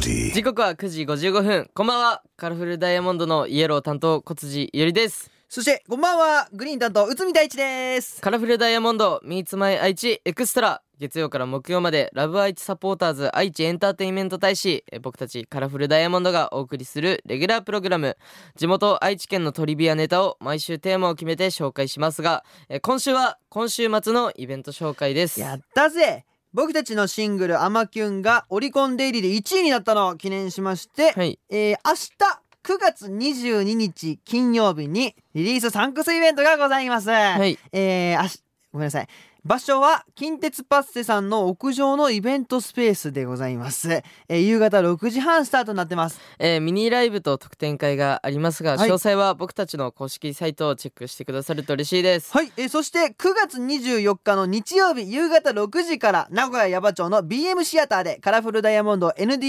時刻は9時55分。こんばんは。カラフルダイヤモンドのイエロー担当小辻ゆりです。 そしてこんばんは、グリーン担当内海太一です。 カラフルダイヤモンド Meets My 愛知エクストラ、月曜から木曜までラブ愛知サポーターズ愛知エンターテインメント大使、僕たちカラフルダイヤモンドがお送りするレギュラープログラム。地元愛知県のトリビアネタを毎週テーマを決めて紹介しますが、今週は今週末のイベント紹介です。 やったぜ。僕たちのシングルアマキュンがオリコンデイリーで1位になったのを記念しまして、 はい、 明日9月22日金曜日にリリースサンクスイベントがございます。 はい、 ごめんなさい。場所は近鉄パッセさんの屋上のイベントスペースでございます。夕方6時半スタートになってます。 ミニライブと特典会がありますが、 はい詳細は僕たちの公式サイトをチェックしてくださると嬉しいです。 はい、そして9月24日の日曜日夕方6時から名古屋矢場町の BM シアターでカラフルダイヤモンド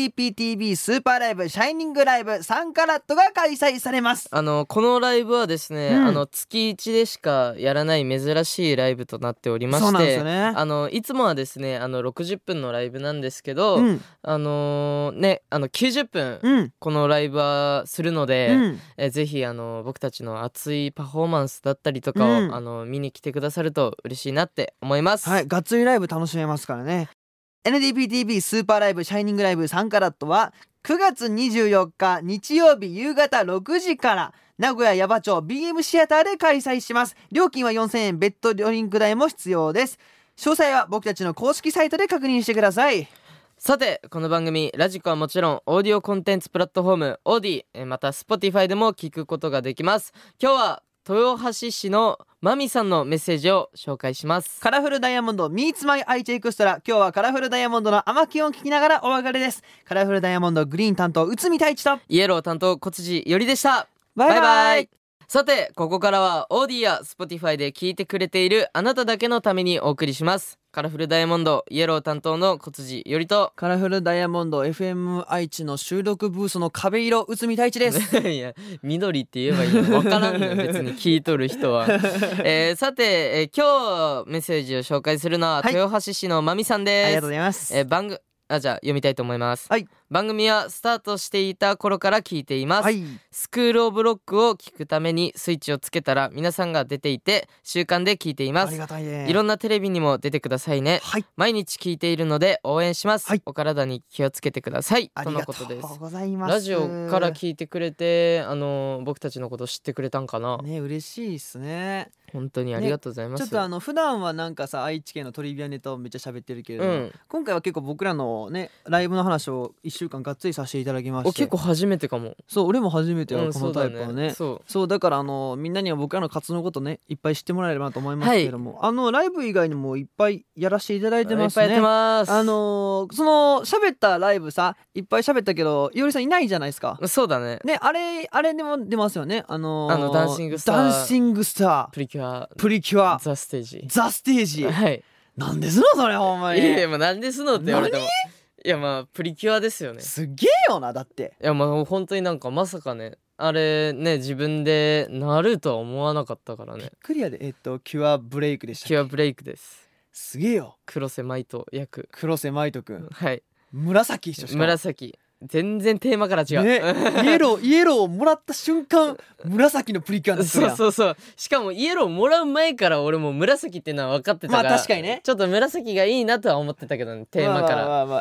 NDPTV スーパーライブシャイニングライブ3カラットが開催されます。 このライブはですね、月1でしかやらない珍しいライブとなっておりまして、 そうなんですよね。 いつもはですね60分のライブなんですけど、90分、このライブはするので、ぜひ僕たちの熱いパフォーマンスだったりとかを、見に来てくださると嬉しいなって思います。 はい、がっつりライブ楽しめますからね。 NDPTV スーパーライブシャイニングライブ3カラットは9月24日日曜日夕方6時から名古屋矢場町 BM シアターで開催します。料金は4000円、別途ドリンク代も必要です。詳細は僕たちの公式サイトで確認してください。 さて、この番組ラジコはもちろんオーディオコンテンツプラットフォームオーディ、また Spotify でも聞くことができます。今日は豊橋市のマミさんのメッセージを紹介します。 カラフルダイヤモンド Meets My 愛知エクストラ。今日はカラフルダイヤモンドのアマキュンを聞きながらお別れです。カラフルダイヤモンドグリーン担当内海太一とイエロー担当小辻よりでした。 バイバイ。 バイバイ。さて、ここからはオーディや Spotify で聞いてくれているあなただけのためにお送りします。カラフルダイヤモンドイエロー担当の小辻よりと、 カラフルダイヤモンド FM 愛知の収録ブースの壁色内海太一です。 いや、緑って言えばいいの分からんのよ別に聞いとる人は。さて、今日メッセージを紹介するのは、豊橋市のまみさんです。 ありがとうございます。 じゃあ読みたいと思います。 はい。 番組はスタートしていた頃から聞いています。 はい。 スクールオブロックを聞くためにスイッチをつけたら皆さんが出ていて習慣で聞いています。 ありがたいね。 いろんなテレビにも出てくださいね。 はい。 毎日聞いているので応援します。はい、お体に気をつけてください。 ありがとうございます。 ラジオから聞いてくれて、僕たちのこと知ってくれたんかな。 ね、嬉しいっすね。 本当にありがとうございます。 ちょっと普段はなんかさ、愛知県のトリビアネタをめっちゃ喋ってるけれども、今回は結構僕らのねライブの話を1週間がっつりさせていただきまして、 結構初めてかも。 そう、俺も初めてよ、このタイプはね。そうだからみんなには僕らの活動のことねいっぱい知ってもらえればなと思いますけれども、ライブ以外にもいっぱいやらせていただいてますね。 いっぱいやってます。 その喋ったライブさいっぱい喋ったけどいおりさんいないじゃないですか。 そうだね。 ね、あれでも出ますよね。ダンシングスター、プリキュア、ザステージ。はい。 なんですのそれほんまに。 いや、もうなんですのって言われても。いや、まあプリキュアですよね。 すげえよな。だっていや、まあ本当になんかまさかね、あれね、自分でなるとは思わなかったからね。 びっくりやで。キュアブレイクでしたっけ。 キュアブレイクです。 すげえよ。 黒瀬舞斗役。 黒瀬舞斗くん。 はい。 紫一緒しか。 紫。全然テーマから違う、 ね、イエローをもらった瞬間紫のプリキュアになってるやん。 そうしかもイエローもらう前から俺も紫っていうのは分かってたから、 まあ確かにね、 ちょっと紫がいいなとは思ってたけどね、テーマから。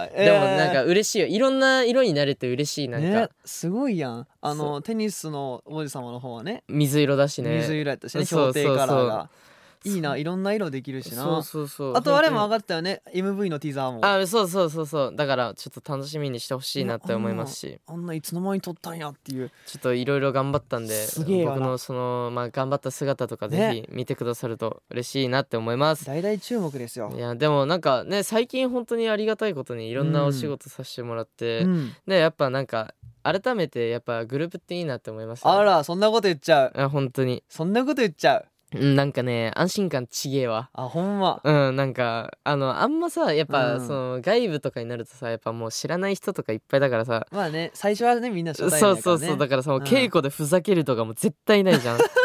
でもなんか嬉しいよ、いろんな色になれて嬉しい。なんか、 ね、すごいやん。テニスの王子様の方はね水色だしね。 水色やったしね、標定カラーがいいな。いろんな色できるしな。そうあとあれも上がったよね、 MV のティザーも。 そうだからちょっと楽しみにしてほしいなって思いますし、 あんないつの間に撮ったんやっていう。 ちょっといろいろ頑張ったんで、 すげえ僕の頑張った姿とかぜひ見てくださると嬉しいなって思います。 大々注目ですよ。 いやでもなんかね、最近本当にありがたいことにいろんなお仕事させてもらって、でやっぱなんか改めてやっぱグループっていいなって思います、ね。 あら、そんなこと言っちゃう。 本当にそんなこと言っちゃう。 なんかね、安心感ちげえわ。 あ、ほんま。 なんかあんまさ、やっぱ、その外部とかになるとさ、やっぱもう知らない人とかいっぱいだからさ。 まあね、最初はねみんな初対面だからね。 そうだからさ、稽古でふざけるとかも絶対ないじゃん。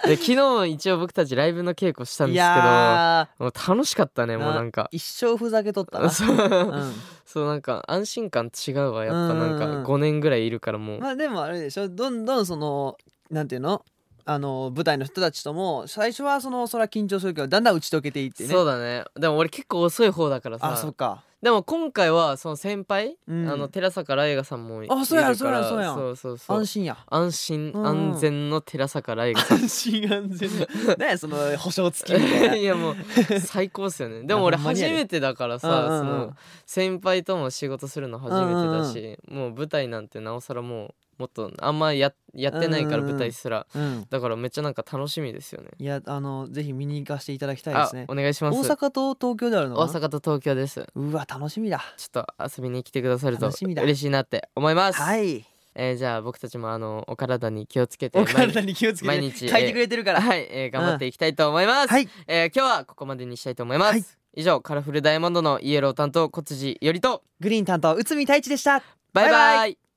で昨日一応僕たちライブの稽古したんいですけどやもう楽しかったね。 ーもうなんか一生ふざけとったなそう、 うんそうなんか安心感違うわ。やっぱなんかうんうんうん 5年ぐらいいるからもう、 まあでもあれでしょ、どんどんそのなんていうの舞台の人たちとも最初はそら緊張するけどだんだん打ち解けていってね。 そうだね。でも俺結構遅い方だからあ、そさ。 っか。 でも今回はその先輩、 うん寺坂ライガさんもいるから、 あ、そうやそうやそうやそうそうそう安心や。 安心うん安全の寺坂ライガさん安心安全ねその保証付きみたいな。 いやもう最高っすよね。でも俺ほんまにやで初めてだからさ、 うんうんうんその先輩とも仕事するの初めてだし、もう舞台なんてなおさらもっとあんまやってないから、 うんうんうん舞台すら。 うん。 だからめっちゃなんか楽しみですよね。 いやぜひ見に行かせていただきたいですね。 お願いします。 大阪と東京であるのか大な。 阪と東京です。 うわ楽しみだ。 ちょっと遊びに来てくださると楽しみだ嬉しいなって思います。 はい。 じゃあ僕たちもお体に気をつけてお体に気をつけて毎日書いてくれてるから。 はい、頑張っていきたいと思います。 はい。 今日はここまでにしたいと思います。 はい以上カラフルダイヤモンドのイエロー担当小辻よりとグリーン担当内海太一でした。 バイバイ。 バイバイ